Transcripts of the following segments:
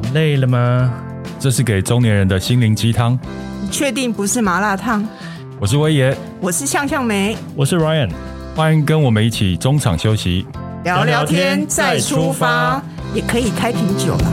累了吗？ 这是给中年人的心灵鸡汤。 你确定不是麻辣烫？ 我是威爷， 我是向向梅， 我是 Ryan， 欢迎跟我们一起中场休息， 聊聊天再出发，也可以开瓶酒啦。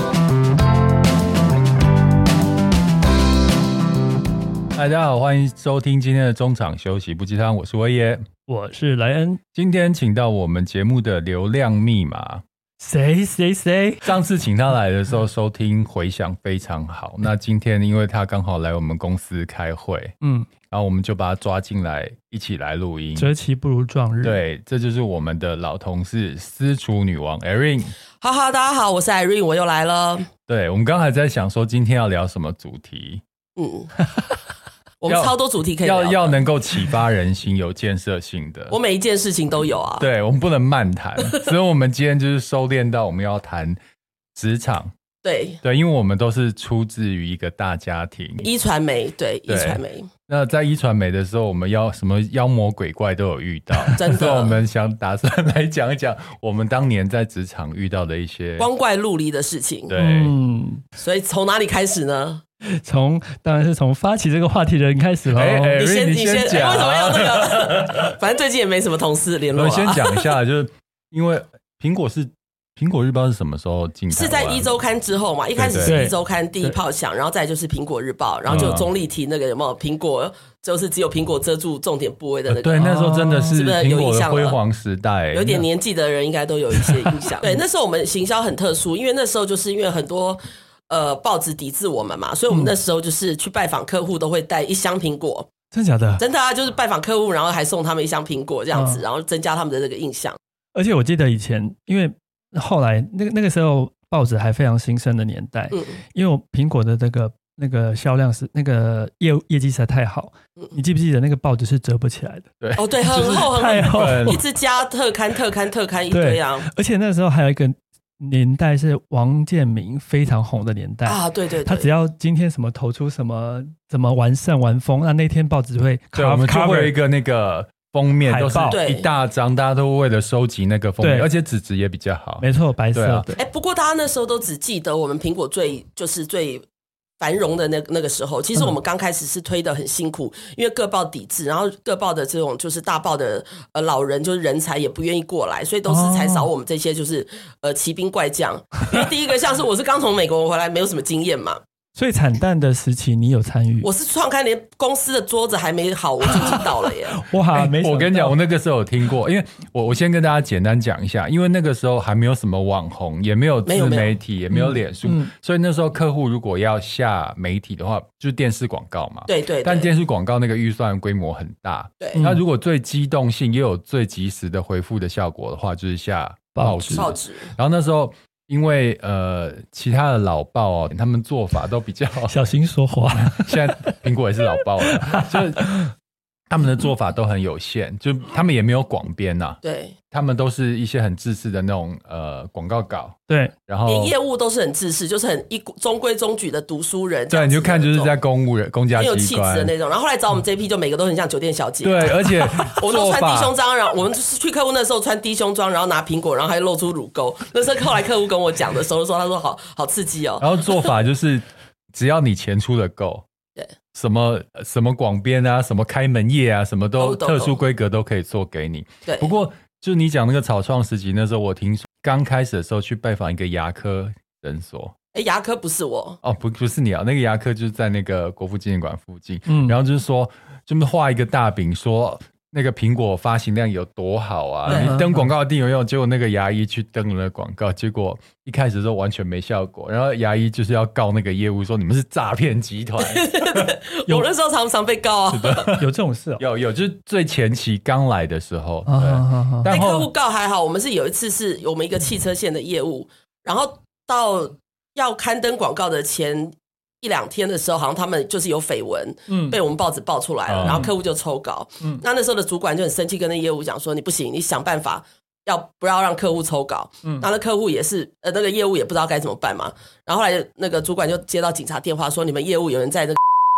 大家好，欢迎收听今天的中场休息不鸡汤，我是威爷， 我是莱恩。 今天请到我们节目的流量密码， 谁？ 上次请他来的时候收听回响非常好，那今天因为他刚好来我们公司开会，然后我们就把他抓进来一起来录音， 择期不如撞日。 对，这就是我们的老同事私厨女王 Irene。 大家好，我是 Irene， 我又来了。 对，我们刚才在想说今天要聊什么主题， 我们超多主题可以聊， 要能够启发人心，有建设性的。 我每一件事情都有啊。 对，我们不能漫谈，所以我们今天就是收敛到我们要谈职场。对，因为我们都是出自于一个大家庭， 一传媒，对，一传媒。 那在一传媒的时候，我们要什么妖魔鬼怪都有遇到， 真的。 所以我们打算来讲一讲我们当年在职场遇到的一些光怪陆离的事情。 对， 所以从哪里开始呢？ 当然是从发起这个话题的人开始咯。 你先讲， 为什么要那个？反正最近也没什么同事联络。 我先讲一下，就是因为苹果日报是什么时候进台湾？ 是在一周刊之后嘛？一开始是一周刊第一炮响，然后再就是苹果日报，然后就有中立题那个有没有苹果，就是只有苹果遮住重点部位的那个。 对，那时候真的是苹果的辉煌时代， 有点年纪的人应该都有一些印象。对，那时候我们行销很特殊，因为那时候就是因为很多报纸抵制我们嘛，所以我们那时候就是去拜访客户都会带一箱苹果。 真的假的？ 真的啊，就是拜访客户，然后还送他们一箱苹果这样子，然后增加他们的这个印象。 而且我记得以前，因为后来那个时候报纸还非常兴盛的年代，因为我苹果的那个销量是那个业绩实在太好，你记不记得那个报纸是折不起来的？ 对， 哦对，很厚太厚， 一直加特刊一堆啊。 而且那时候还有一个年代是王建民非常红的年代啊，对， 他只要今天什么投出什么怎么完胜完封，那天报纸会对，我们就会有一个那个封面都是一大张，大家都为了收集那个封面，而且纸质也比较好， 没错，白色的。 不过大家那时候都只记得我们苹果最繁荣的那个时候，其实我们刚开始是推得很辛苦，因为各报抵制，然后各报的这种就是大报的老人就是人才也不愿意过来，所以都是才少我们这些就是骑兵怪将。因为第一个像是我是刚从美国回来，没有什么经验嘛。 所以惨淡的时期你有参与？ 我是创刊，连公司的桌子还没好我就知道了耶。 哇， 我跟你讲，我那个时候有听过，因为我先跟大家简单讲一下，因为那个时候还没有什么网红，也没有自媒体，也没有脸书，所以那时候客户如果要下媒体的话，就是电视广告嘛。 对， 但电视广告那个预算规模很大， 对。 那如果最机动性也有最及时的回复的效果的话，就是下报纸。然后那时候因为其他的老报他们做法都比较小心说话。 现在苹果也是老报了，就是他们的做法都很有限，就他们也没有广编啊， 对， 他们都是一些很制式的那种广告稿， 对， 然后连业务都是很制式，就是很中规中矩的读书人， 对，你就看就是在公家机关，很有气质的那种。然后后来找我们这批，就每个都很像酒店小姐， 对，而且我们都穿低胸装，然后我们去客户那时候穿低胸装，然后拿苹果，然后还露出乳沟。那是后来客户跟我讲的时候，他说好刺激哦。 然后做法就是只要你钱出的够。 对， 什么广编啊，什么开门页啊，什么都特殊规格都可以做给你。 对， 不过就你讲那个草创时期，那时候我听说刚开始的时候去拜访一个牙科诊所。 牙科不是我哦，不是你啊，那个牙科就是在那个国父纪念馆附近。然后就是说，就是画一个大饼说。那个苹果发行量有多好啊！你登广告一定有用，结果那个牙医去登了那个广告，结果一开始的时候完全没效果，然后牙医就是要告那个业务说你们是诈骗集团。 我那时候常常被告啊， 有这种事哦？ 有，就是最前期刚来的时候， 但客户告还好，我们是有一次是我们一个汽车线的业务，然后到要刊登广告的前1-2天的时候，好像他们就是有绯闻，被我们报纸爆出来了，然后客户就抽稿，那时候的主管就很生气，跟那业务讲说你不行，你想办法不要让客户抽稿，那客户也是那个业务也不知道该怎么办嘛，然后后来那个主管就接到警察电话说你们业务有人在那个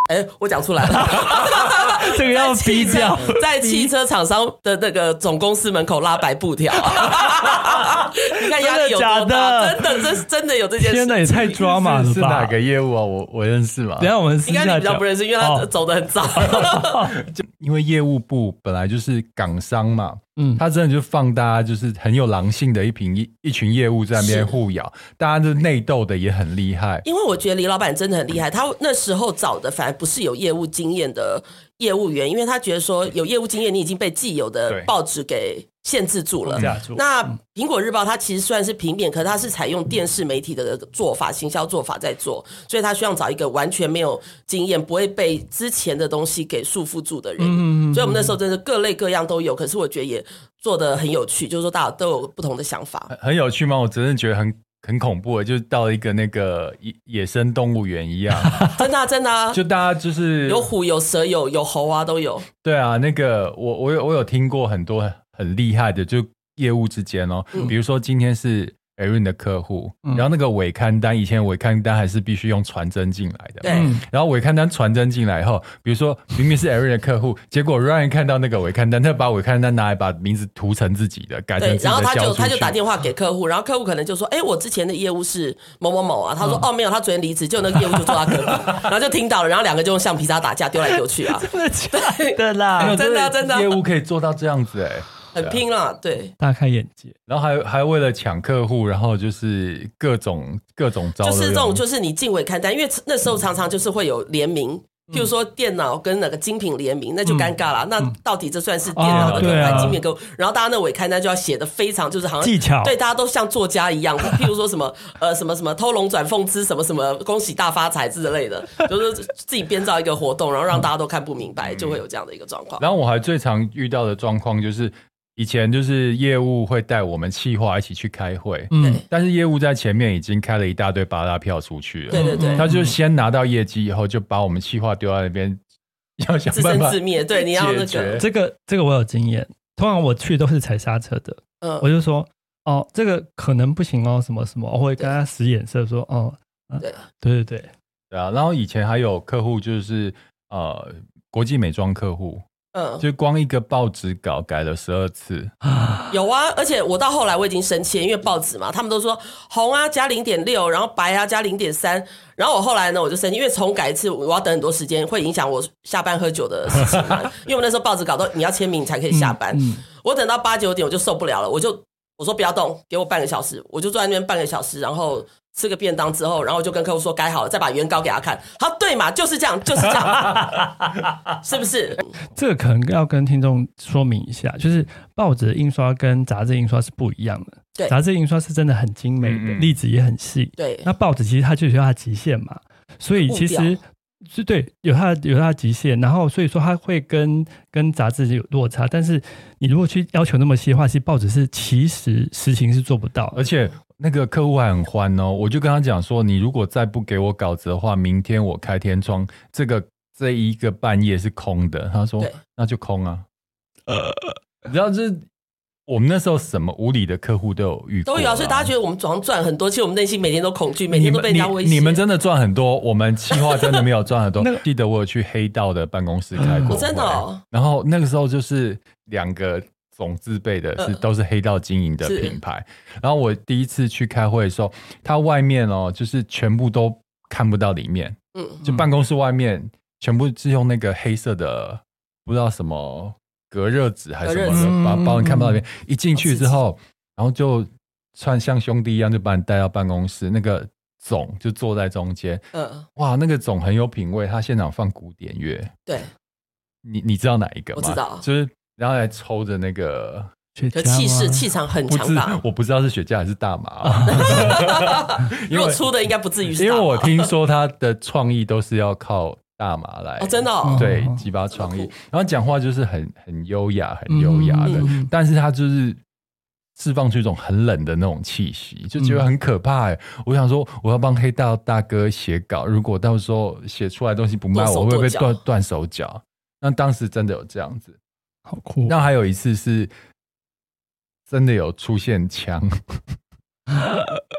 我讲出来了， 这个要逼掉， 在汽车厂商的那个总公司门口拉白布条，你看压力有多大？真的有这件事。 天哪，也太抓马了吧？ 是哪个业务啊？我认识吗？ 等一下我们应该你比较不认识，因为他走得很早。 因为业务部本来就是港商嘛，他真的就放大家就是很有狼性的一群业务在那边互咬，大家就内斗的也很厉害。 因为我觉得李老板真的很厉害，他那时候找的反而不是有业务经验的业务员，因为他觉得说有业务经验，你已经被既有的报纸给限制住了。那苹果日报它其实虽然是平面，可是它是采用电视媒体的做法、行销做法在做，所以他需要找一个完全没有经验、不会被之前的东西给束缚住的人。所以我们那时候真的各类各样都有，可是我觉得也做得很有趣，就是说大家都有不同的想法。 很有趣吗？我真的觉得很恐怖的，就是到了一个那个野生动物园一样。 真的啊， 就大家就是有虎有蛇有猴啊都有。 对啊，那个我有听过很多很厉害的，就业务之间哦，比如说今天是 Erin 的客户，然后那个伪刊单，以前伪刊单还是必须用传真进来的， 对， 然后伪刊单传真进来以后，比如说明明是 Erin 的客户，结果 Ryan 看到那个伪刊单，他把伪刊单拿来把名字涂成自己的，改成自己的， 然后交出去， 他就打电话给客户，然后客户可能就说，我之前的业务是某某某啊，他说没有，他昨天离职，就那个业务就坐他隔壁，然后就听到了，然后两个就用橡皮擦打架，丢来丢去啊， 真的啦， 真的业务可以做到这样子很拼啦，对， 大开眼界。 然后还为了抢客户，然后就是各种招， 就是这种，就是你进伪刊单，因为那时候常常就是会有联名，譬如说电脑跟哪个精品联名，那就尴尬了。那到底这算是电脑的跟精品跟？然后大家那伪刊单就要写的非常，就是好像技巧， 对，大家都像作家一样，譬如说什么什么偷龙转凤之什么什么恭喜大发财之类的，就是自己编造一个活动，然后让大家都看不明白，就会有这样的一个状况。 然后我还最常遇到的状况就是。以前就是业务会带我们企划一起去开会，但是业务在前面已经开了一大堆巴拉票出去了， 对， 他就先拿到业绩以后，就把我们企划丢在那边，要想办法自生自灭。对，你要那个这个我有经验，通常我去都是踩刹车的，我就说这个可能不行哦，什么什么，我会跟他使眼色说对啊。然后以前还有客户就是国际美妆客户。就光一个报纸稿改了12次， 有啊，而且我到后来我已经生气了，因为报纸嘛，他们都说红啊加 0.6， 然后白啊加 0.3， 然后我后来呢我就生气，因为重改一次我要等很多时间，会影响我下班喝酒的事情嘛，因为我那时候报纸稿都你要签名才可以下班，我等到8、9点我就受不了了，我说不要动，给我半个小时，我就坐在那边半个小时，然后吃个便当之后，然后就跟客户说改好了，再把原稿给他看。好，对嘛，就是这样，是不是？ 这个可能要跟听众说明一下，就是报纸的印刷跟杂志印刷是不一样的。 对， 杂志印刷是真的很精美的，例子也很细。 对， 那报纸其实它就是有它的极限嘛，所以其实是对有它的极限，然后所以说它会跟杂志有落差，但是你如果去要求那么细的话，其实报纸是其实实情是做不到的， 而且那个客户还很欢哦，我就跟他讲说，你如果再不给我稿子的话，明天我开天窗，这一个半夜是空的。他说那就空啊。你知道这我们那时候什么无理的客户都有遇过， 都有啊，所以大家觉得我们早上赚很多，其实我们内心每天都恐惧，每天都被人家威胁。 你们真的赚很多，我们企划真的没有赚很多。记得我有去黑道的办公室开过会， 真的哦。 然后那个时候就是2个总字辈的都是黑道经营的品牌。然后我第一次去开会的时候，它外面就是全部都看不到里面，就办公室外面全部是用那个黑色的不知道什么隔热纸还是什么的，把人看不到里面。一进去之后，然后就穿像兄弟一样，就把你带到办公室，那个总就坐在中间。哇，那个总很有品味，他现场放古典乐。 对， 你知道哪一个吗？ 我知道， 就是然后还抽着那个气场很强大。 我不知道是雪茄还是大麻。 如果出的应该不至于是大麻， 因为我听说他的创意都是要靠大麻来真的对激发创意，然后讲话就是很优雅很优雅的，但是他就是释放出一种很冷的那种气息，就觉得很可怕我想说我要帮黑道大哥写稿，如果到时候写出来的东西不卖，我会不会断手脚？那当时真的有这样子， 好酷。 那还有一次是真的有出现枪。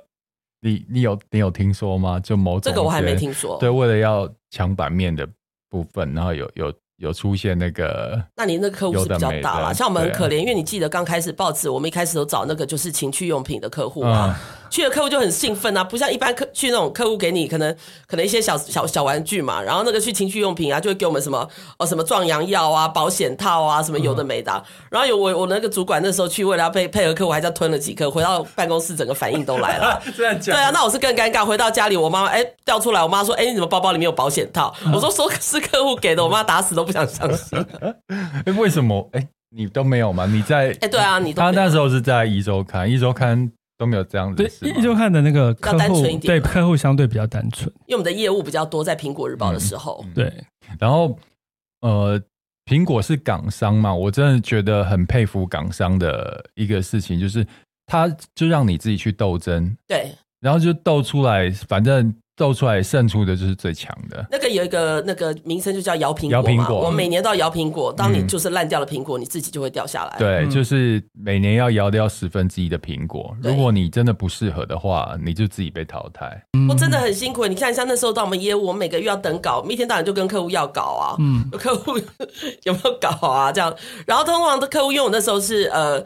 你有听说吗？就某种这个我还没听说。 对，为了要抢版面的部分，然后有出现那个， 那你那个客户是比较大啦，像我们很可怜，因为你记得刚开始报纸，我们一开始都找那个就是情趣用品的客户嘛，去的客户就很兴奋啊，不像一般去那种客户给你可能一些小玩具嘛，然后那个去情趣用品啊，就会给我们什么壮阳药啊、保险套啊，什么有的没的。然后我那个主管那时候去，为了要配合客户，还在吞了几颗，回到办公室整个反应都来了。 这样讲， 对啊，那我是更尴尬。回到家里，我妈妈掉出来，我妈说：“你怎么包包里面有保险套？”我说是客户给的，我妈打死都不想相信。 为什么？你都没有吗？你在对啊，你都没有。 他那时候是在一周刊都没有这样子。 对，一周刊的那个客户对客户相对比较单纯， 因为我们的业务比较多，在苹果日报的时候。 对， 然后苹果是港商嘛，我真的觉得很佩服港商的一个事情，就是他就让你自己去斗争， 对， 然后就斗出来，反正斗出来胜出的就是最强的。 那个有一个那个名称就叫摇苹果嘛， 摇苹果， 我每年都要摇苹果，当你就是烂掉了苹果，你自己就会掉下来。 对，就是每年要摇掉1/10的苹果，如果你真的不适合的话，你就自己被淘汰。 我真的很辛苦，你看像那时候到我们业务，我们每个月要等稿，一天到晚就跟客户要稿啊，客户有没有稿啊这样。然后通常的客户，因为我那时候是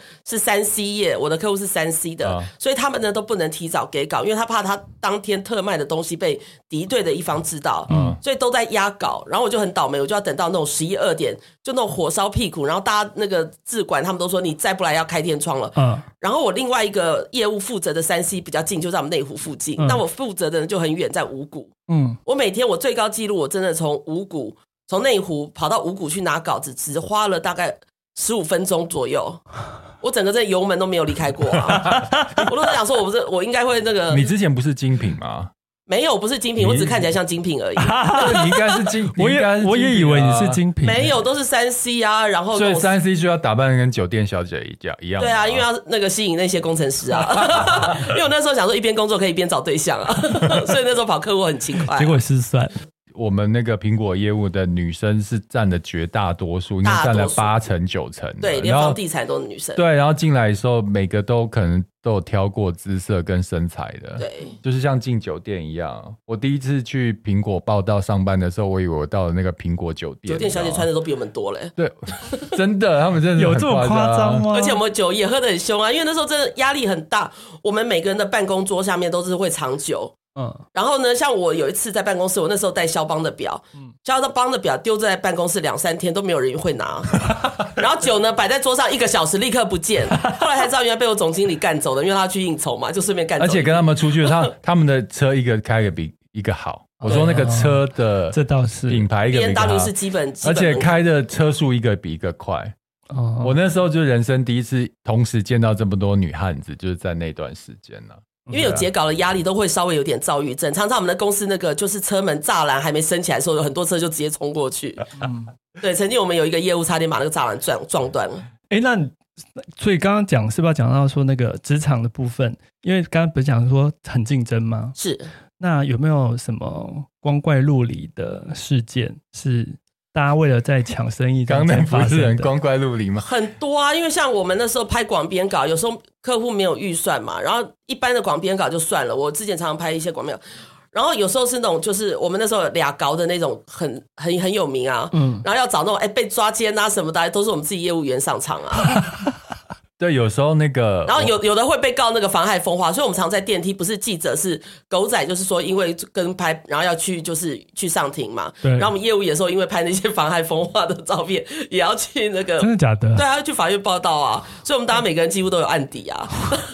3C 业，我的客户是3C 的，所以他们呢都不能提早给稿，因为他怕他当天特卖的东西被敌对的一方知道，所以都在压稿。然后我就很倒霉，我就要等到那种11、2点，就那种火烧屁股，然后大家那个自管他们都说你再不来要开天窗了。然后我另外一个业务负责的3C 比较近，就在我们内湖附近，那我负责的人就很远，在五股。我每天我最高纪录，我真的从内湖跑到五股去拿稿子，只花了大概15分钟左右。我整个这油门都没有离开过啊！我都在想说，我应该会那个。 你之前不是精品吗？ 没有，不是精品，我只看起来像精品而已。 你应该是精， 我也以为你是精品， 没有，都是3C 啊。然后所以3C 就要打扮跟酒店小姐一样。 对啊，因为要那个吸引那些工程师啊。因为我那时候想说，一边工作可以一边找对象啊，所以那时候跑客户很勤快。 结果失算。 我们那个苹果业务的女生是占了绝大多数，应该占了8成9成。 对，连房地产都是女生。 对，然后进来的时候，每个都可能都有挑过姿色跟身材的。 对， 就是像进酒店一样。我第一次去苹果报道上班的时候，我以为我到了那个苹果酒店。 酒店小姐穿的都比我们多嘞。 对，真的，他们真的有这么夸张吗？ 而且我们酒也喝得很凶啊，因为那时候真的压力很大，我们每个人的办公桌下面都是会藏酒。然后呢，像我有一次在办公室，我那时候带肖邦的表，肖邦的表丢在办公室2-3天都没有人会拿，然后酒呢摆在桌上1个小时立刻不见，后来才知道原来被我总经理干走了，因为他去应酬嘛，就顺便干走。 而且跟他们出去，他们的车一个开个比一个好。我说那个车的这倒是品牌一个比一个好， BMW 是基本而且开的车速一个比一个快。我那时候就人生第一次同时见到这么多女汉子，就是在那段时间呢。 因为有截稿的压力，都会稍微有点躁郁症。常常我们的公司那个就是车门栅栏还没升起来的时候，有很多车就直接冲过去。对，曾经我们有一个业务差点把那个栅栏撞断了。 那所以刚刚讲是不是要讲到说那个职场的部分？因为刚刚不是讲说很竞争吗？ 是。 那有没有什么光怪陆离的事件是大家为了在抢生意刚才不是很光怪陆离吗？ 很多啊，因为像我们那时候拍广编稿，有时候客户没有预算嘛，然后一般的广编稿就算了，我之前常常拍一些广编稿，然后有时候是那种就是我们那时候有俩稿的那种很有名啊，然后要找那种被抓奸啊什么的，都是我们自己业务员上场啊。 对，有时候那个， 然后有的会被告那个妨害风化，所以我们常在电梯，不是记者是狗仔，就是说因为跟拍，然后要去就是去上庭嘛。 对。 然后我们业务有时候因为拍那些妨害风化的照片，也要去那个。 真的假的？ 对，要去法院报道啊。所以我们大家每个人几乎都有案底啊。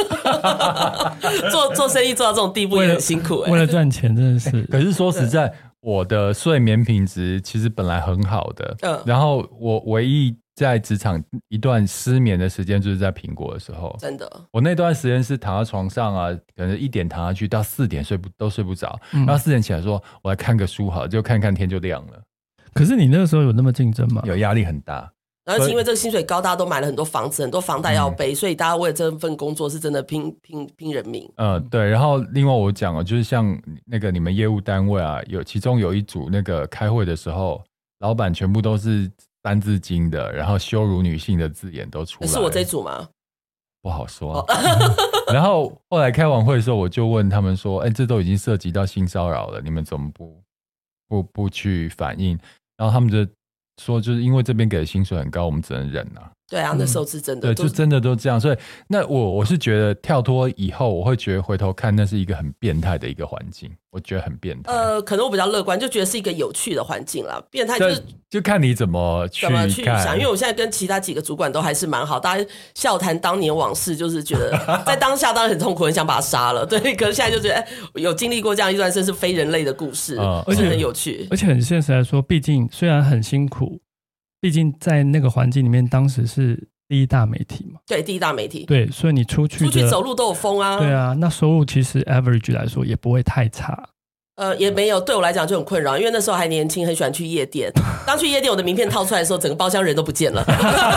做生意做到这种地步也很辛苦为了赚钱真的是。 可是说实在，我的睡眠品质其实本来很好的，然后我唯一在职场一段失眠的时间就是在苹果的时候。 真的， 我那段时间是躺在床上啊，可能1点躺下去到4点都睡不着，然后4点起来说我来看个书好，就看看天就亮了。 可是你那个时候有那么竞争吗？ 有压力很大， 然后是因为这个薪水高，大家都买了很多房子，很多房贷要背，所以大家为了这份工作是真的拼人命。 对。然后另外我讲就是像那个你们业务单位啊，其中有一组那个开会的时候，老板全部都是3字经的，然后羞辱女性的字眼都出来了。 是我这组吗？ 不好说。然后后来开完会的时候，我就问他们说：“这都已经涉及到性骚扰了，你们怎么不去反应？” 然后他们就说就是因为这边给的薪水很高，我们只能忍啊。 对啊，那时候是真的， 对，就真的都这样。所以那我是觉得跳脱以后，我会觉得回头看那是一个很变态的一个环境，我觉得很变态。 可能我比较乐观，就觉得是一个有趣的环境啦。变态就看你怎么去想，因为我现在跟其他几个主管都还是蛮好，大家笑谈当年往事，就是觉得在当下当然很痛苦，很想把他杀了。对，可是现在就觉得有经历过这样一段真是非人类的故事，而且很有趣， 而且很现实来说，毕竟虽然很辛苦。毕竟在那个环境里面，当时是第一大媒体嘛。 对，第一大媒体。 对，所以你出去走路都有风啊。 对啊，那收入其实 average 来说也不会太差。 也没有，对我来讲就很困扰，因为那时候还年轻，很喜欢去夜店。当去夜店，我的名片套出来的时候，整个包厢人都不见了。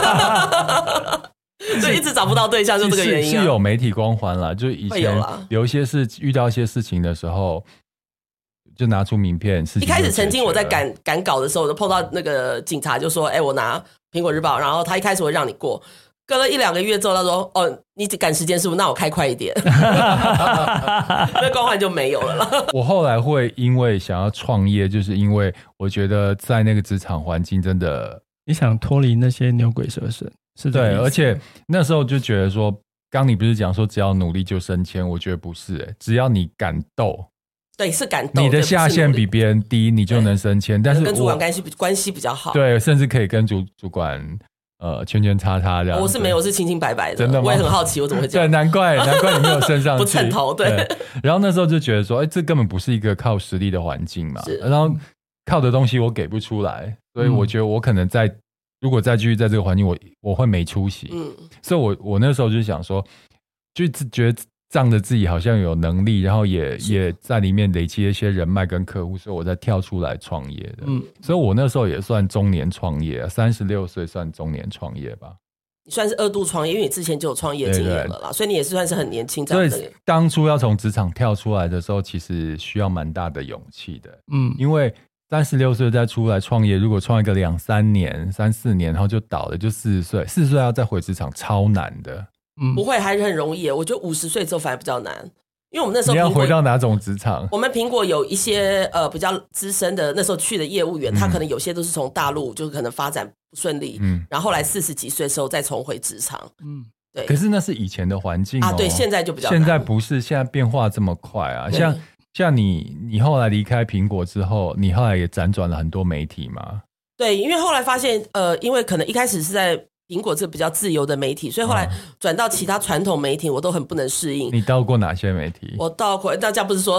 所以一直找不到对象，就这个原因是有媒体光环啦，就以前有一些事遇到一些事情的时候。就拿出名片， 一开始曾经我在赶稿的时候，我就碰到那个警察，就说：“我拿苹果日报。”然后他一开始会让你过，隔了1-2个月之后，他说：“哦，你赶时间是不是？那我开快一点。”那光环就没有了啦。 我后来会因为想要创业，就是因为我觉得在那个职场环境真的， 你想脱离那些牛鬼蛇神，是对，而且那时候就觉得说，刚你不是讲说只要努力就升迁，我觉得不是，只要你敢斗。 对，是感动。 你的下限比别人低，你就能升迁。但是跟主管关系比较好， 对，甚至可以跟主管圈圈叉叉这样。 我是没有，我是清清白白的。 真的吗？ 我也很好奇，我怎么会这样？ 对，难怪你没有升上去， 不蹭头。对。 然后那时候就觉得说，这根本不是一个靠实力的环境嘛。然后靠的东西我给不出来，所以我觉得我可能如果再继续在这个环境，我会没出息。所以我那时候就想说，就觉得。仗着自己好像有能力，然后也在里面累积一些人脉跟客户，所以我才跳出来创业的。所以我那时候也算中年创业，36岁算中年创业吧。 你算是2度创业，因为你之前就有创业经验了啦，所以你也是算是很年轻这样的人。 所以当初要从职场跳出来的时候，其实需要蛮大的勇气的。因为36岁再出来创业，如果创一个2-3年、3-4年，然后就倒了，就40岁要再回职场，超难的。 不会，还是很容易。我觉得50岁之后反而比较难，因为我们那时候你要回到哪种职场？ 我们苹果有一些比较资深的那时候去的业务员，他可能有些都是从大陆，就可能发展不顺利，然后后来40几岁的时候再重回职场。对。 可是那是以前的环境对，现在就比较难。 现在不是，现在变化这么快啊！像你后来离开苹果之后，你后来也辗转了很多媒体嘛？ 对，因为后来发现因为可能一开始是在苹果这比较自由的媒体，所以后来转到其他传统媒体，我都很不能适应。 你到过哪些媒体？ 我到过，大家不是说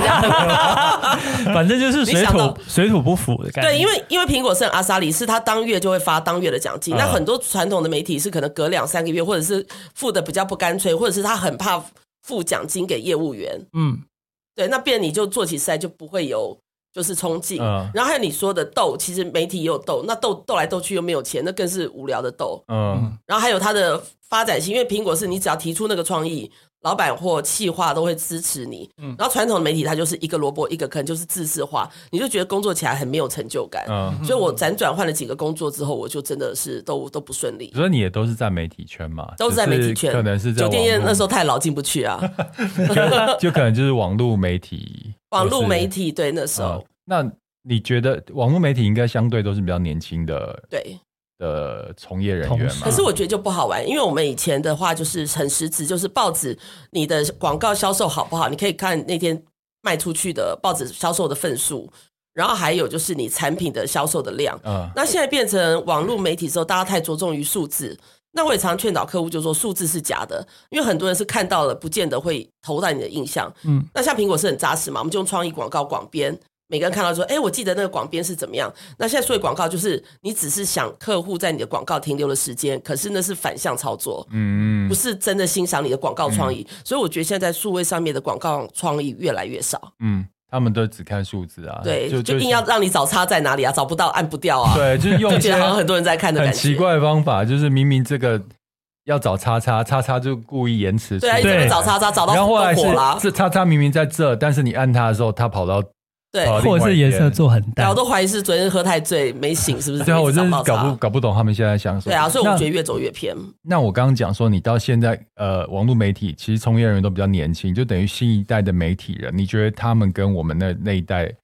反正就是水土不服的感觉。 对，因为苹果是阿萨里，是他当月就会发当月的奖金。那很多传统的媒体是可能隔2-3个月，或者是付的比较不干脆，或者是他很怕付奖金给业务员。对，那变你就做起事来就不会有。就是冲劲，然后还有你说的斗，其实媒体也有斗，那斗来斗去又没有钱，那更是无聊的斗。然后还有它的发展性，因为苹果是你只要提出那个创意，老板或企划都会支持你。然后传统的媒体它就是一个萝卜一个坑，就是自私化，你就觉得工作起来很没有成就感。所以我辗转换了几个工作之后，我就真的是都不顺利。 所以你也都是在媒体圈嘛？ 都是在媒体圈， 可能是在酒店业那时候太老进不去啊。 就可能就是网络媒体。 网络媒体对那时候。 那你觉得网络媒体应该相对都是比较年轻的对的从业人员吗？ 可是我觉得就不好玩，因为我们以前的话就是很实质，就是报纸你的广告销售好不好，你可以看那天卖出去的报纸销售的份数，然后还有就是你产品的销售的量。那现在变成网络媒体之后，大家太着重于数字。那我也常劝导客户就说数字是假的，因为很多人是看到了不见得会投到你的印象。那像苹果是很扎实嘛，我们就用创意广告广编，每个人看到说我记得那个广编是怎么样。那现在所有广告就是你只是想客户在你的广告停留的时间，可是那是反向操作，不是真的欣赏你的广告创意。所以我觉得现在在数位上面的广告创意越来越少。 他们都只看数字啊， 对，就硬要让你找差在哪里啊，找不到按不掉啊， 对，就是用一些好像很多人在看的感觉， 很奇怪的方法，就是明明这个要找叉就故意延迟， 对啊，一直在找叉找到火啦， 这叉明明在这，但是你按它的时候，它跑到对， 或者是颜色做很淡， 我都怀疑是昨天喝太醉没醒，是不是？ 对啊，我真是搞不懂他们现在想什么。 对啊，所以我觉得越走越偏。 那我刚刚讲说，你到现在网络媒体其实从业人员都比较年轻，就等于新一代的媒体人，你觉得他们跟我们那一代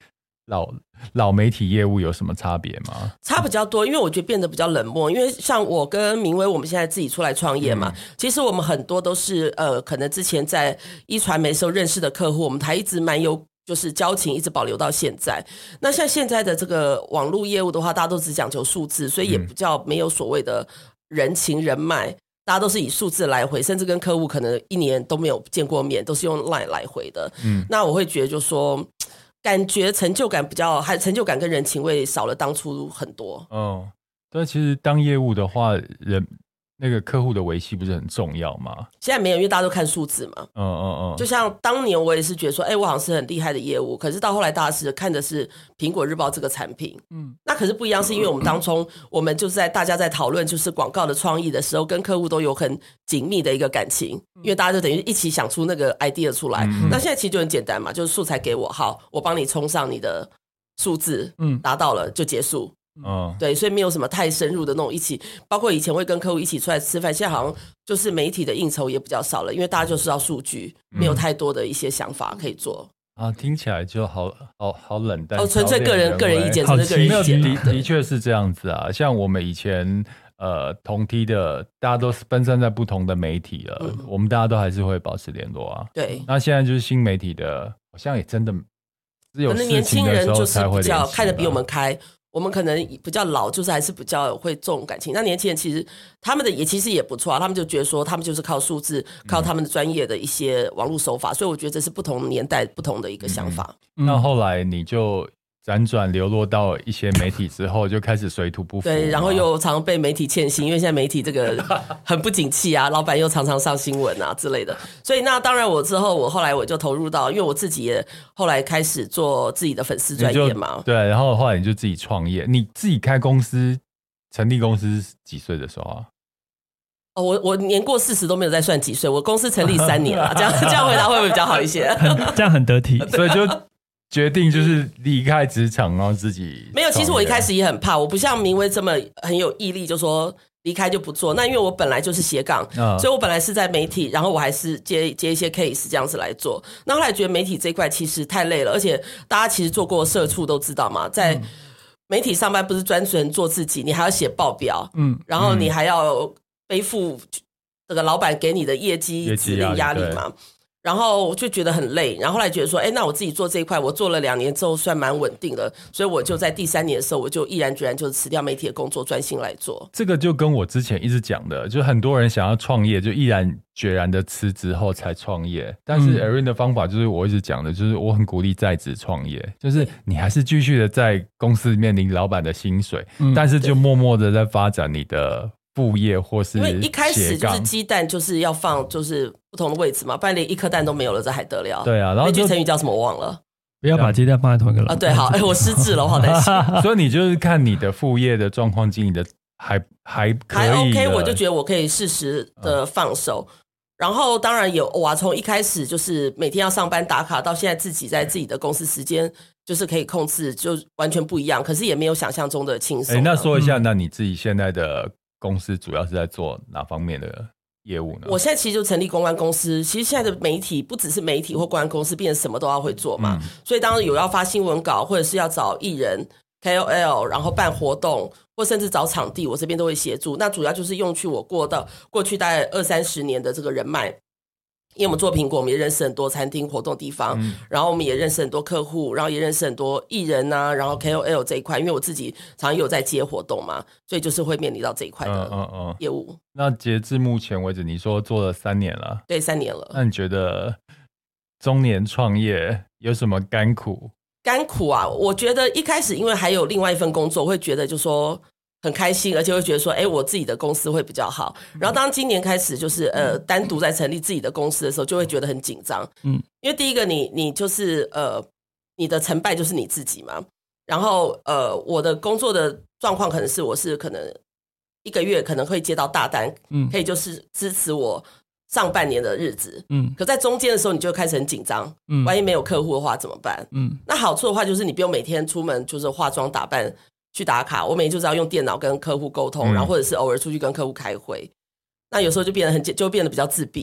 老媒体业务有什么差别吗？ 差比较多，因为我觉得变得比较冷漠。因为像我跟明威，我们现在自己出来创业嘛，其实我们很多都是可能之前在一传媒时候认识的客户，我们还一直蛮有就是交情，一直保留到现在。那像现在的这个网络业务的话，大家都只讲求数字，所以也比较没有所谓的人情人脉。大家都是以数字来回，甚至跟客户可能1年都没有见过面，都是用 LINE 来回的。那我会觉得就说感觉成就感比较，还成就感跟人情味少了当初很多。 但其实当业务的话，那个客户的维系不是很重要吗？ 现在没有，因为大家都看数字嘛。就像当年我也是觉得说，我好像是很厉害的业务，可是到后来大家是看的是苹果日报这个产品。那可是不一样，是因为我们当中我们就是大家在讨论就是广告的创意的时候，跟客户都有很紧密的一个感情，因为大家就等于一起想出那个 idea 出来。那现在其实就很简单嘛，就是素材给我，好，我帮你冲上你的数字，达到了就结束。对，所以没有什么太深入的那种一起，包括以前会跟客户一起出来吃饭，现在好像就是媒体的应酬也比较少了，因为大家就是要数据，没有太多的一些想法可以做。 听起来就好冷淡。 纯粹个人意见，纯粹个人意见。 的确是这样子啊，像我们以前同梯的，大家都分散在不同的媒体了，我们大家都还是会保持联络啊。 对， 那现在就是新媒体的，好像也真的只有事情的时候才会联系。可能年轻人就是比较看得比我们开。我们可能比较老，就是还是比较会重感情。那年轻人其实他们的也其实也不错啊，他们就觉得说他们就是靠数字，靠他们的专业的一些网络手法，所以我觉得这是不同年代不同的一个想法。 那后来你就辗转流落到一些媒体之后，就开始水土不服。 对，然后又常被媒体欠薪，因为现在媒体这个很不景气啊，老板又常常上新闻啊之类的。所以那当然我之后我后来我就投入到，因为我自己也后来开始做自己的粉丝专业嘛。 对，然后后来你就自己创业，你自己开公司，成立公司是几岁的时候啊？ 我年过40都没有再算几岁，我公司成立3年了，这样回答会不会比较好一些？ 这样很得体， 所以就决定就是离开职场，然后自己没有。其实我一开始也很怕，我不像明威这么很有毅力，就说离开就不做。那因为我本来就是斜杠，所以我本来是在媒体，然后我还是接一些 case 这样子来做。那后来觉得媒体这一块其实太累了，而且大家其实做过社畜都知道嘛，在媒体上班不是专纯做自己，你还要写报表，然后你还要背负这个老板给你的业绩指令压力嘛。然后我就觉得很累，然后后来觉得说，那我自己做这一块，我做了2年之后算蛮稳定的，所以我就在第3年的时候，我就毅然决然就辞掉媒体的工作，专心来做。 这个就跟我之前一直讲的，就很多人想要创业，就毅然决然的辞职后才创业。但是 Erin 的方法就是我一直讲的，就是我很鼓励在职创业，就是你还是继续的在公司里面领老板的薪水，但是就默默的在发展你的副业或是，因为一开始就是鸡蛋就是要放就是不同的位置嘛，不然连1颗蛋都没有了，这还得了？ 对啊，然后那句成语叫什么我忘了。 不要把鸡蛋放在同一个篮啊！对，好，我失智了，我好担心。 所以你就是看你的副业的状况经营的还可以，还 OK， 我就觉得我可以适时的放手。然后当然有哇，从一开始就是每天要上班打卡，到现在自己在自己的公司时间就是可以控制，就完全不一样。可是也没有想象中的轻松。 那说一下，那你自己现在的公司主要是在做哪方面的业务呢？ 我现在其实就成立公关公司。其实现在的媒体不只是媒体或公关公司，变成什么都要会做嘛。所以当然有要发新闻稿，或者是要找艺人 KOL， 然后办活动，或甚至找场地，我这边都会协助。那主要就是用去我过去大概20-30年的这个人脉。因为我们做苹果，我们也认识很多餐厅活动地方，然后我们也认识很多客户，然后也认识很多艺人啊，然后 KOL 这一块，因为我自己常常有在接活动嘛，所以就是会面临到这一块的业务。 那截至目前为止，你说做了3年了？ 对，3年了。 那你觉得中年创业有什么甘苦？ 甘苦啊，我觉得一开始因为还有另外一份工作，会觉得就说很开心，而且会觉得说我自己的公司会比较好。然后当今年开始就是单独在成立自己的公司的时候，就会觉得很紧张。因为第一个你就是你的成败就是你自己嘛。然后我的工作的状况可能是我是可能1个月可能会接到大单，可以就是支持我上半年的日子。可在中间的时候你就开始很紧张，万一没有客户的话怎么办？那好处的话就是你不用每天出门就是化妆打扮去打卡，我每天就是要用电脑跟客户沟通，然后或者是偶尔出去跟客户开会。那有时候就变得比较自闭，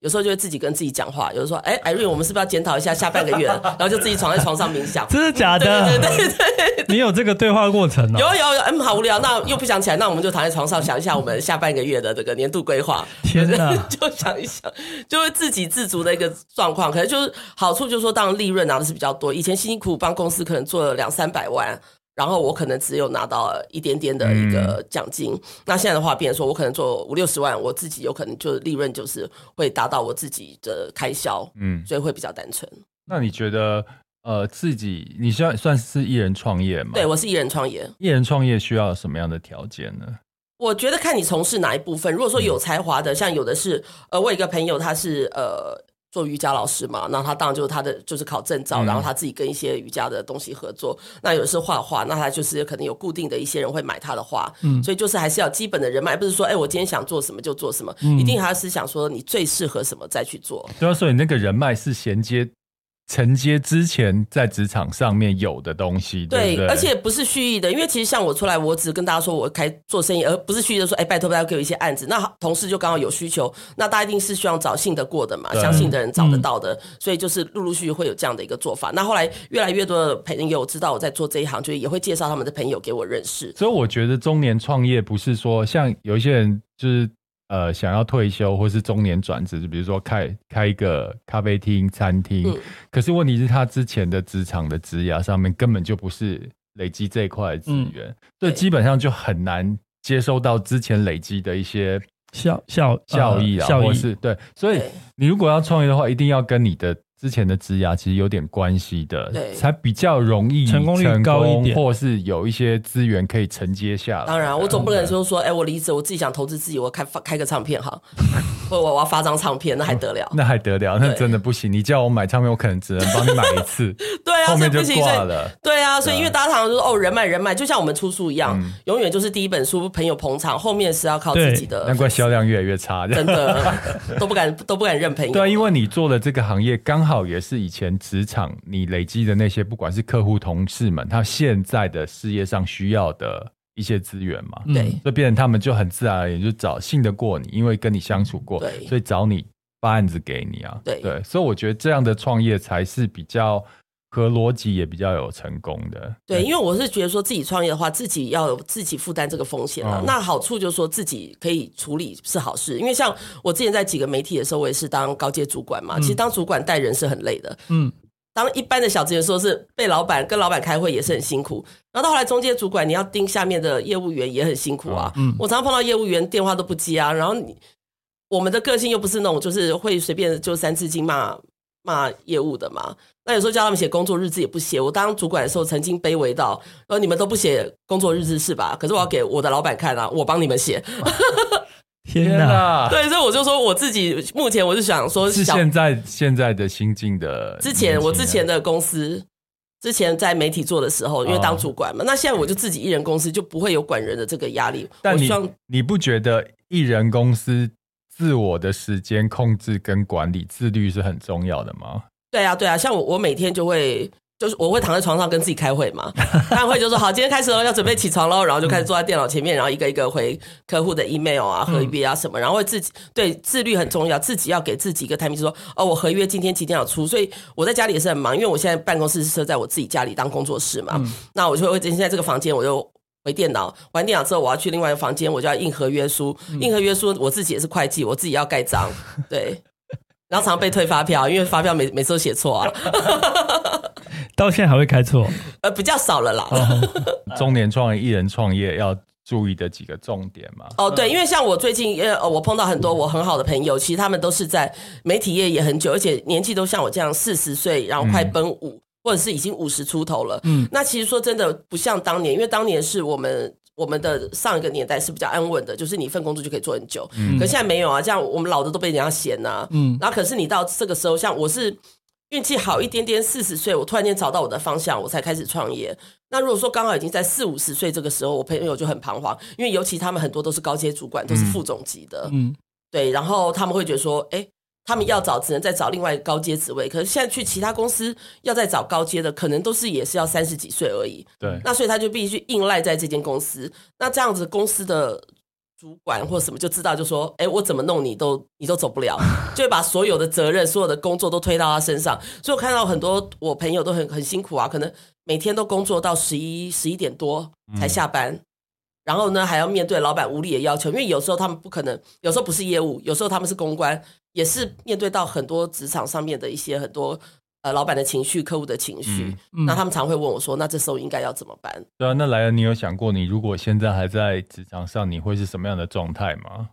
有时候就会自己跟自己讲话，有时候说Irene 我们是不是要检讨一下下半个月了，然后就自己躺在床上冥想。 真的假的？对，你有这个对话过程哦？ 有，好无聊，那又不想起来，那我们就躺在床上想一下我们下半个月的这个年度规划。 天哪， 就想一想，就会自给自足的一个状况。可是就是好处就是说，当然利润拿的是比较多，以前辛辛苦苦帮公司可能做了200-300万，然后我可能只有拿到一点点的一个奖金。那现在的话变成说我可能做50-60万，我自己有可能就利润就是会达到我自己的开销，所以会比较单纯。 那你觉得自己你算是艺人创业吗？ 对，我是艺人创业。 艺人创业需要什么样的条件呢？ 我觉得看你从事哪一部分。如果说有才华的，像有的是我有一个朋友他是做瑜伽老师嘛，那他当然就是他的就是考证照，然后他自己跟一些瑜伽的东西合作。那有的是画画，那他就是可能有固定的一些人会买他的画，所以就是还是要基本的人脉，不是说我今天想做什么就做什么，一定还是想说你最适合什么再去做。 对啊，所以那个人脉是承接之前在职场上面有的东西， 对不对？ 而且不是蓄意的，因为其实像我出来，我只跟大家说我做生意，而不是蓄意的说拜托大家给我一些案子。那同事就刚好有需求，那大家一定是希望找信得过的嘛，相信的人找得到的，所以就是陆陆续续会有这样的一个做法。那后来越来越多的朋友知道我在做这一行，就也会介绍他们的朋友给我认识。 所以我觉得中年创业不是说像有一些人就是想要退休或是中年转职，比如说开一个咖啡厅、餐厅，可是问题是他之前的职场的职涯上面根本就不是累积这一块的资源，所以基本上就很难接收到之前累积的一些效益啊，或是对，所以你如果要创业的话，一定要跟你的之前的职涯其实有点关系的，才比较容易成功率高一点， 或是有一些资源可以承接下来。 当然，我总不能说我离职，我自己想投资自己，我开个唱片好，或我要发张唱片，那还得了？ 那还得了？那真的不行。你叫我买唱片，我可能只能帮你买一次， 对啊， 后面就挂了。 对啊，所以因为大家常常就说人脉，就像我们出书一样，永远就是第一本书朋友捧场，后面是要靠自己的。 难怪销量越来越差， 真的都不敢认朋友。 对啊，因为你做的这个行业刚好也是以前职场你累积的那些，不管是客户、同事们，他现在的事业上需要的一些资源嘛， 对， 所以变成他们就很自然而然就信得过你，因为跟你相处过，所以找你发案子给你啊，对，所以我觉得这样的创业才是比较合逻辑，也比较有成功的。 对，因为我是觉得说自己创业的话，自己要有自己负担这个风险了。那好处就是说自己可以处理是好事，因为像我之前在几个媒体的时候，我也是当高阶主管嘛，其实当主管带人是很累的，当一般的小职员说是跟老板开会也是很辛苦，然后到后来中阶主管你要盯下面的业务员也很辛苦啊。我常常碰到业务员电话都不接啊，然后我们的个性又不是那种就是会随便就3字经骂业务的嘛。那有时候叫他们写工作日志也不写，我当主管的时候曾经卑微到你们都不写工作日志是吧？可是我要给我的老板看啊，我帮你们写。 天哪！ 对，所以我就说我自己目前我是想说是现在的心境的。 我之前的公司，之前在媒体做的时候，因为当主管嘛，那现在我就自己艺人公司，就不会有管人的这个压力。 但你不觉得艺人公司自我的时间控制跟管理自律是很重要的吗？ 对啊，像我每天就是我会躺在床上跟自己开会嘛，开会就说好，今天开始了，要准备起床咯，然后就开始坐在电脑前面，然后一个一个回客户的 email 啊、合约啊什么，然后自己对自律很重要，自己要给自己一个 timing， 说我合约今天几点要出，所以我在家里也是很忙，因为我现在办公室是设在我自己家里当工作室嘛，那我就会现在这个房间我就回电脑，完电脑之后我要去另外一个房间，我就要印合约书，印合约书我自己也是会计，我自己要盖章，对。然后常被退发票，因为发票每次都写错啊。 到现在还会开错？ 比较少了啦。 中年创业、艺人创业要注意的几个重点嘛？ 对，因为像我最近，我碰到很多我很好的朋友，其实他们都是在媒体业也很久，而且年纪都像我这样40岁，然后快奔5，或者是已经50出头了。那其实说真的，不像当年，因为当年是我们的上一个年代是比较安稳的，就是你一份工作就可以做很久。可现在没有啊，这样我们老的都被人家嫌啊。然后可是你到这个时候，像我是运气好一点点，40岁我突然间找到我的方向，我才开始创业。那如果说刚好已经在40-50岁这个时候，我朋友就很彷徨，因为尤其他们很多都是高阶主管，都是副总级的。对，然后他们会觉得说，他们要找只能再找另外一个高阶职位，可是现在去其他公司要再找高阶的，可能都是也是要30几岁而已。 对， 那所以他就必须硬赖在这间公司。那这样子公司的主管或什么就知道，就说我怎么弄你都走不了，就会把所有的责任所有的工作都推到他身上。所以我看到很多我朋友都很辛苦啊，可能每天都工作到11点多才下班，然后呢还要面对老板无理的要求，因为有时候他们不可能，有时候不是业务，有时候他们是公关，也是面对到很多职场上面的一些很多老板的情绪、客户的情绪，那他们常会问我说，那这时候应该要怎么办？ 对啊，那莱恩，你有想过你如果现在还在职场上，你会是什么样的状态吗？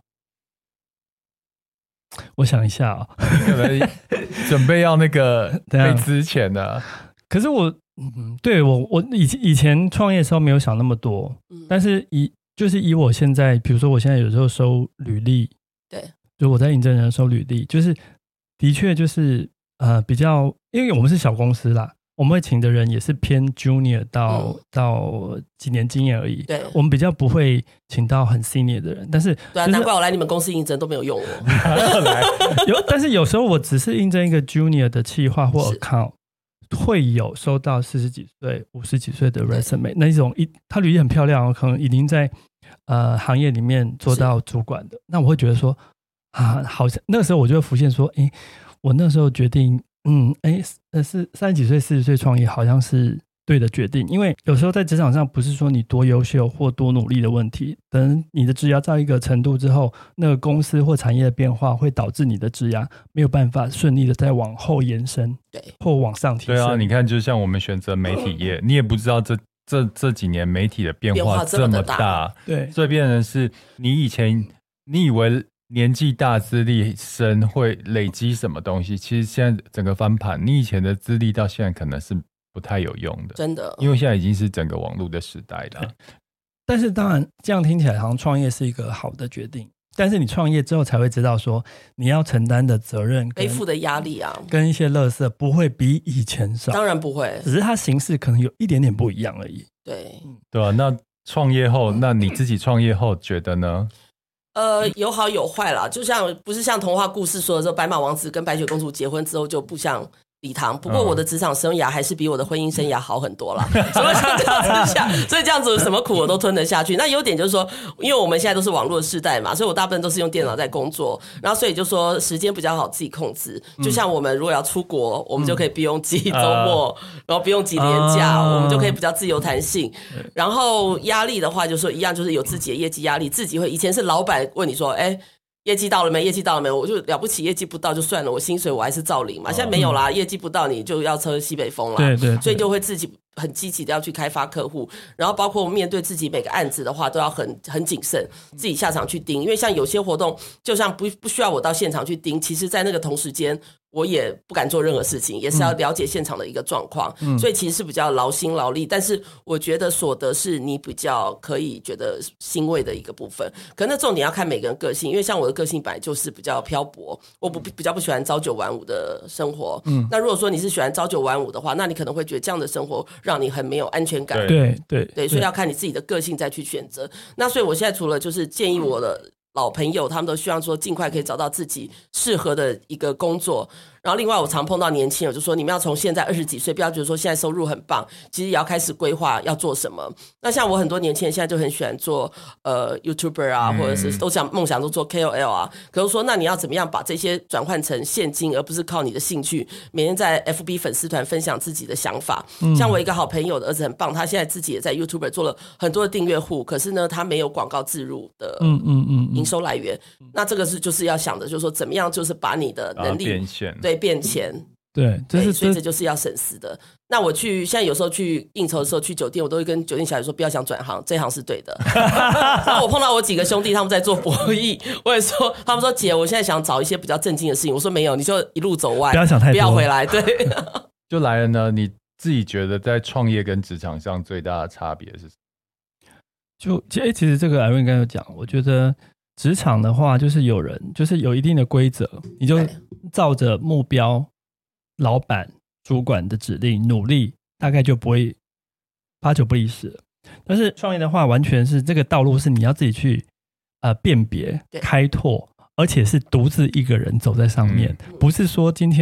我想一下啊， 可能准备要那个被资遣的。 可是我以前创业的时候没有想那么多，但是以我现在，比如说我现在有时候收履历， 对， 就我在应征人收履历，就是的确就是比较，因为我们是小公司啦，我们会请的人也是偏 junior 到几年经验而已， 对， 我们比较不会请到很 senior 的人，但是对啊，难怪我来你们公司应征都没有用我。 但是有时候我只是应征一个 junior 的企划或 account。会有收到40几岁、50几岁的 resume， 那一种他履历很漂亮，可能已经在行业里面做到主管的，那我会觉得说好像那个时候我就会浮现说，我那时候决定，是30几岁、40岁创业，好像是对的决定。因为有时候在职场上，不是说你多优秀或多努力的问题，等你的职涯到一个程度之后，那个公司或产业的变化会导致你的职涯没有办法顺利的再往后延伸， 对， 或往上提升。 对啊，你看，就像我们选择媒体业，你也不知道这几年媒体的变化这么大， 对， 所以变成是你以为年纪大资历深会累积什么东西，其实现在整个翻盘，你以前的资历到现在可能是不太有用的， 真的， 因为现在已经是整个网络的时代了。 但是当然这样听起来好像创业是一个好的决定，但是你创业之后才会知道说你要承担的责任背负的压力啊， 跟一些垃圾不会比以前少， 当然不会， 只是它形式可能有一点点不一样而已。 对啊，那创业后，那你自己创业后觉得呢？ 有好有坏啦，就像不是像童话故事说的时候，白马王子跟白雪公主结婚之后就不像礼堂，不过我的职场生涯还是比我的婚姻生涯好很多啦。所以这样子下，所以这样子什么苦我都吞得下去。那优点就是说，因为我们现在都是网络世代嘛，所以我大部分都是用电脑在工作，然后所以就说时间比较好自己控制。就像我们如果要出国，我们就可以不用挤周末，然后不用挤年假，我们就可以比较自由弹性。然后压力的话，就说一样，就是有自己的业绩压力，自己会以前是老板问你说，业绩到了没？业绩到了没？我就了不起，业绩不到就算了，我薪水我还是照领嘛。现在没有啦，业绩不到你就要抽西北风啦。 对， 所以就会自己很积极的要去开发客户，然后包括面对自己每个案子的话，都要很谨慎，自己下场去盯。因为像有些活动，就像不需要我到现场去盯，其实在那个同时间，我也不敢做任何事情，也是要了解现场的一个状况，所以其实是比较劳心劳力，但是我觉得所得是你比较可以觉得欣慰的一个部分。可能那重点要看每个人个性，因为像我的个性本来就是比较漂泊，我比较不喜欢朝9晚5的生活。那如果说你是喜欢朝9晚5的话，那你可能会觉得这样的生活让你很没有安全感。对，所以要看你自己的个性再去选择。那所以我现在除了就是建议我的老朋友，他们都希望说尽快可以找到自己适合的一个工作。然后另外我常碰到年轻人就说，你们要从现在20几岁，不要觉得说现在收入很棒，其实也要开始规划要做什么。那像我很多年轻人现在就很喜欢做YouTuber 啊，或者是都想梦想都做 KOL 啊，可是说那你要怎么样把这些转换成现金，而不是靠你的兴趣每天在 FB 粉丝团分享自己的想法。像我一个好朋友的儿子很棒，他现在自己也在 YouTuber 做了很多的订阅户，可是呢他没有广告置入的营收来源。那这个就是要想的，就是说怎么样就是把你的能力变现， 对，变钱， 对， 所以这就是要省思的。那我现在有时候去应酬的时候，去酒店，我都会跟酒店小姐说，不要想转行，这行是对的。那我碰到我几个兄弟，他们在做博弈，我也说，他们说姐，我现在想找一些比较正经的事情。我说没有，你就一路走歪， 不要想太多， 不要回来。对， 就来了呢。你自己觉得在创业跟职场上最大的差别是什么？ 其实这个Irene刚才有讲，我觉得职场的话，就是有人就是有一定的规则，你就照着目标、老板、主管的指令努力，大概就不会8九不离10了。但是创业的话，完全是这个道路是你要自己去辨别、开拓，而且是独自一个人走在上面，不是说今天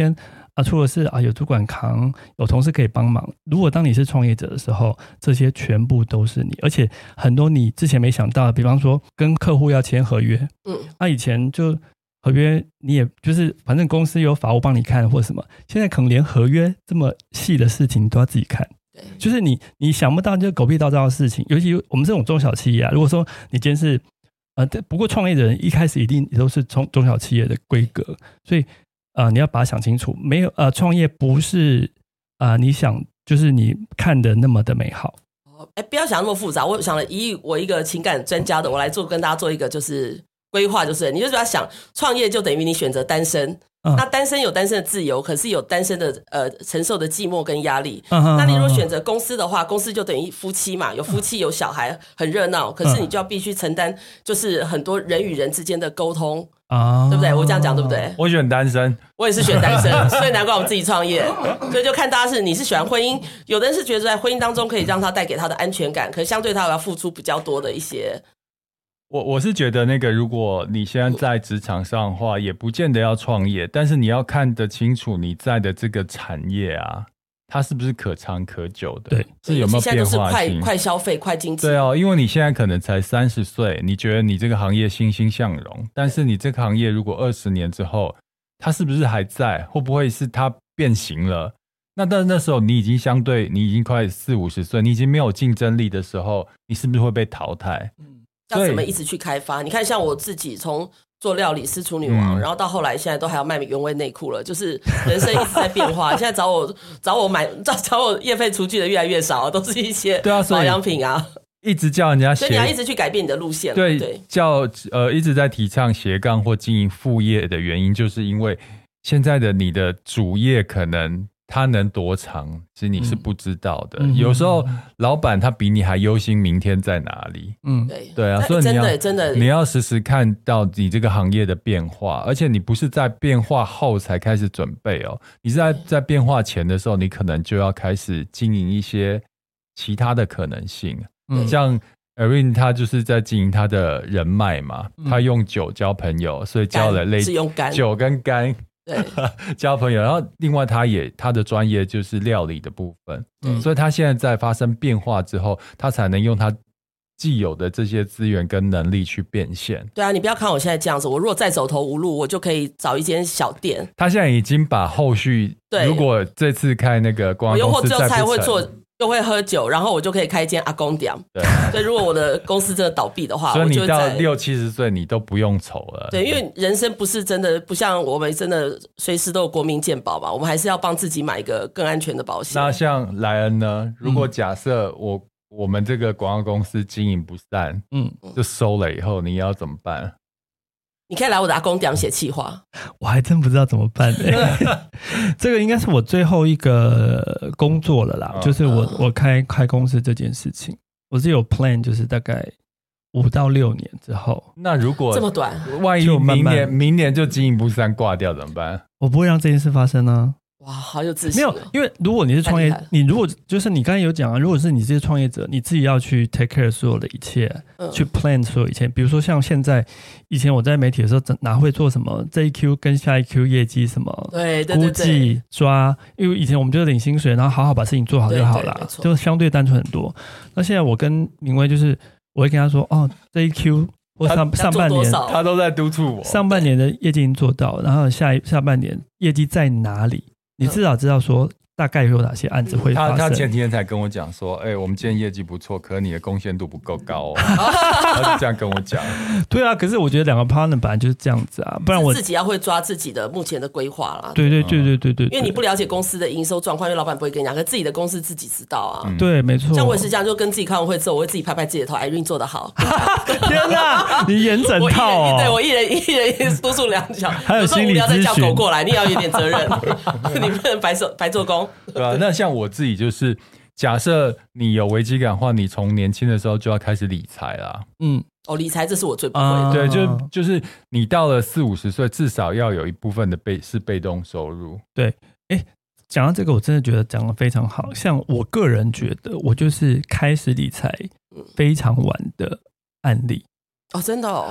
除了是有主管扛，有同事可以帮忙。如果当你是创业者的时候，这些全部都是你，而且很多你之前没想到的，比方说跟客户要签合约，以前就合约你也就是反正公司有法务帮你看或什么，现在可能连合约这么细的事情你都要自己看。就是你想不到就狗屁倒灶的事情，尤其我们这种中小企业如果说你今天是不过创业的人一开始一定也都是中小企业的规格，所以你要把它想清楚，没有创业不是你想就是你看的那么的美好。 不要想那么复杂，我想了以我一个情感专家的我来跟大家做一个就是规划，就是你就不要想创业就等于你选择单身。那单身有单身的自由，可是有单身的承受的寂寞跟压力。那你如果选择公司的话，公司就等于夫妻嘛，有夫妻有小孩，很热闹。可是你就要必须承担，就是很多人与人之间的沟通对不对？我这样讲对不对？ 我选单身， 我也是选单身，所以难怪我们自己创业。所以就看大家你是喜欢婚姻，有的人是觉得在婚姻当中可以让他带给他的安全感，可是相对他要付出比较多的一些。 我是觉得如果你现在在职场上的话，也不见得要创业，但是你要看得清楚你在的这个产业它是不是可长可久的， 对， 是有没有变化性， 现在都是快消费快经济。 对因为你现在可能才30岁，你觉得你这个行业欣欣向荣，但是你这个行业如果20年之后它是不是还在，会不会是它变形了，但那时候你已经快40-50岁，你已经没有竞争力的时候，你是不是会被淘汰？ 要怎么一直去开发？你看像我自己从做料理私厨女王，然后到后来现在都还要卖原味内裤了，就是人生一直在变化。现在找我业配厨具的越来越少，都是一些保养品一直叫人家所以你要一直去改变你的路线。 对，一直在提倡斜杠或经营副业的原因，就是因为现在的你的主业可能它能多长，其实你是不知道的。有时候老板他比你还忧心明天在哪里。对所以你要时时看到你这个行业的变化，而且你不是在变化后才开始准备你是在变化前的时候，你可能就要开始经营一些其他的可能性。像 Irene 他就是在经营他的人脉嘛，他用酒交朋友，所以交了是用肝， 酒跟肝交朋友，然后另外他的专业就是料理的部分，所以他现在在发生变化之后，他才能用他既有的这些资源跟能力去变现。 对啊，你不要看我现在这样子，我如果再走投无路，我就可以找一间小店。 他现在已经把后续，如果这次开那个公关公司再不成， 又会喝酒，然后我就可以开一间阿公店。对，所以如果我的公司真的倒闭的话， 所以你到60-70岁你都不用愁了。 对，因为人生不是真的不像我们真的随时都有国民健保嘛，我们还是要帮自己买一个更安全的保险。 那像莱恩呢？如果假设我们这个广告公司经营不善，就收了以后，你要怎么办？ 你可以来我的阿公店写企划。 我还真不知道怎么办这个应该是我最后一个工作了啦，就是我开公司这件事情，我是有 plan， 就是大概5到6年之后。 那如果这么短， 万一明年就经营不善挂掉怎么办？ 我不会让这件事发生啊。 哇，好有自信。 没有，因为如果你是创业，你如果就是你刚才有讲如果是你这些创业者，你自己要去 take care 所有的一切，去 plan 所有一切。比如说像现在，以前我在媒体的时候，哪会做什么这一 Q 跟下一 Q 业绩什么估计抓？因为以前我们就领薪水，然后好好把事情做好就好了，就相对单纯很多。那现在我跟明威就是，我会跟他说，这一 Q 或上半年他都在督促我， 上半年的业绩已经做到，然后下半年业绩在哪里？你至少知道说大概有哪些案子会发生。 他前几天才跟我讲说，我们今天业绩不错，可是你的贡献度不够高他就这样跟我讲。 对啊，可是我觉得2个 partner 本来就是这样子啊，不然我自己要会抓自己的目前的规划啦。 对，因为你不了解公司的营收状况，因为老板不会跟你讲，可自己的公司自己知道啊。 对，没错。 像我也是这样，就跟自己开完会之后，我会自己拍自己的头 ，Irene 做得好。 天哪，你演整套对，我一人督促2脚， 还有心理咨询， 无聊再叫狗过来，你也要有点责任，你不能白做工。 对啊，那像我自己就是，假设你有危机感的话，你从年轻的时候就要开始理财啦。 理财这是我最不会的。 对，就是你到了40-50岁，至少要有一部分的是被动收入。 对，讲到这个，我真的觉得讲得非常好。像我个人觉得，我就是开始理财非常晚的案例。 真的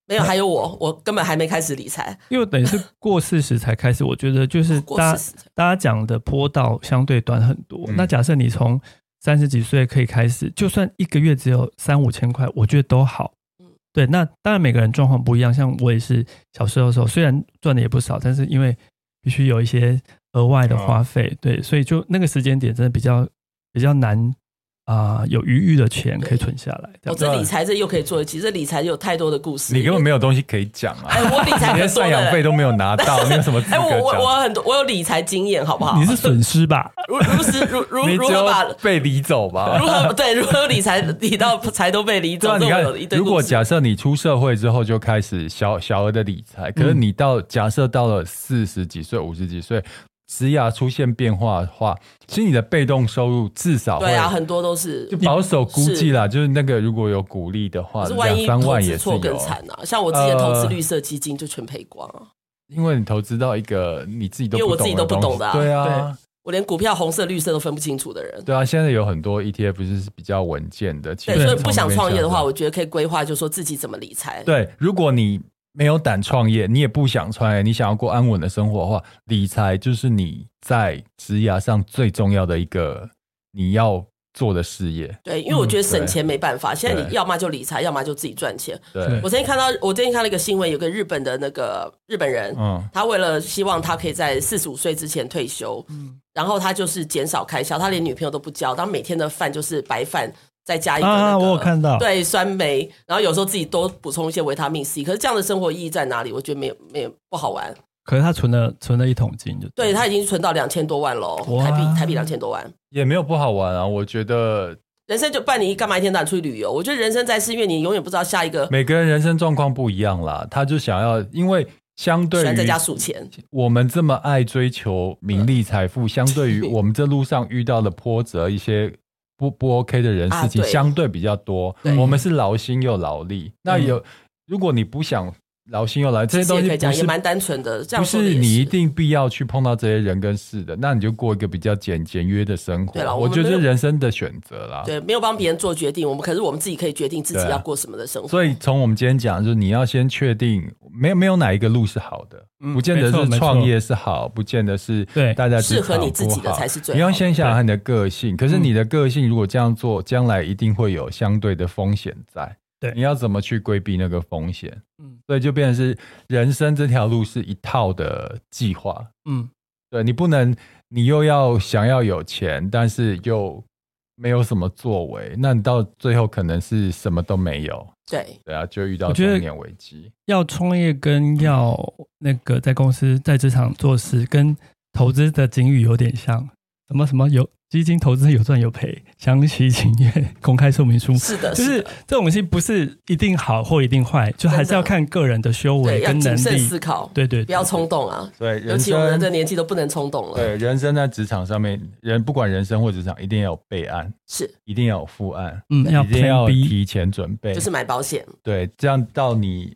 没有，还有我根本还没开始理财， 因为等于是过40才开始。我觉得就是大家讲的坡道相对短很多。那假设你从30几岁可以开始，就算1个月只有3-5千块，我觉得都好。对，那当然每个人状况不一样，像我也是小时候的时候，虽然赚的也不少，但是因为必须有一些额外的花费，对，所以就那个时间点真的比较难。有余裕的钱可以存下来。 这理财这又可以做一期，这理财有太多的故事。 你根本没有东西可以讲啊！ 我理财连赡养费都没有拿到，你有什么资格讲？ 我有理财经验，好不好？ 你是损失吧？ 如何把被理走吧？ 如何理财理到财都被理走？ 你看，如果假设你出社会之后就开始小额的理财，可是你假设到了40几岁、50几岁。职涯出现变化的话，其实你的被动收入至少会， 对啊，很多都是就保守估计啦，就是那个如果有鼓励的话，2-3万也是有。 更惨啊！像我之前投资绿色基金就全赔光啊， 因为你投资到一个你自己都不懂的， 因为我自己都不懂的， 对啊， 对，我连股票红色绿色都分不清楚的人。 对啊，现在有很多 ETF 是比较稳健的， 对，所以不想创业的话，我觉得可以规划，就说自己怎么理财。 对，如果你没有胆创业，你也不想创业，你想要过安稳的生活的话，理财就是你在职涯上最重要的一个你要做的事业。 对，因为我觉得省钱没办法，现在你要么就理财，要么就自己赚钱。 对， 我最近看到一个新闻，有个日本的那个日本人，他为了希望他可以在45岁之前退休，然后他就是减少开销，他连女朋友都不交，他每天的饭就是白饭。再加一个我有看到， 对，酸梅，然后有时候自己多补充一些维他命 C。可是这样的生活意义在哪里？我觉得没有不好玩。 可是他存了1桶金就对，他已经存到2000多万了，台币2000多万， 也没有不好玩啊。我觉得人生就办你干嘛一天到晚出去旅游？我觉得人生在世，因为你永远不知道下一个。 每个人人生状况不一样啦，他就想要，因为相对于喜欢在家数钱， 我们这么爱追求名利财富，相对于我们这路上遇到的波折一些。不 OK 的人事情相对比较多，我们是劳心又劳力。那如果你不想劳心又劳力，这些东西也蛮单纯的，这样不是你一定必要去碰到这些人跟事的，那你就过一个比较简约的生活。我觉得这是人生的选择啦。 对，没有帮别人做决定，可是我们自己可以决定自己要过什么的生活。 所以从我们今天讲，就是你要先确定，没有哪一个路是好的，不见得是创业是好，不见得是大家适合你自己的才是最好。 你要先想想你的个性，可是你的个性如果这样做，将来一定会有相对的风险在。 对， 你要怎么去规避那个风险？所以就变成是人生这条路是一套的计划。对，你不能，你又要想要有钱，但是又没有什么作为，那你到最后可能是什么都没有。对啊，就遇到中年危机。 要创业跟要那个在公司在职场做事，跟投资的境遇有点像。什么有基金投资有赚有赔，详细请阅公开说明书。 是的， 就是这种东西不是一定好或一定坏，就还是要看个人的修为跟能力， 要谨慎思考。对，不要冲动啊。 对， 尤其我们这年纪都不能冲动了。 对，人生在职场上面，不管人生或职场，一定要有备案， 是一定要有副案， 一定要提前准备， 就是买保险。 对，这样到你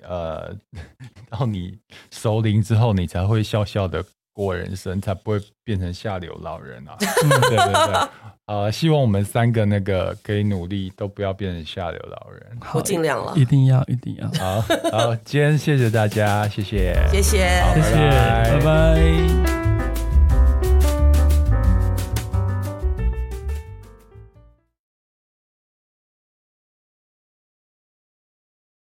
熟龄之后，你才会笑笑的过人生，才不会变成下流老人啊！对，希望我们3个可以努力，都不要变成下流老人。 我尽量了， 一定要。 好，今天谢谢大家，谢谢， 谢谢， 拜拜。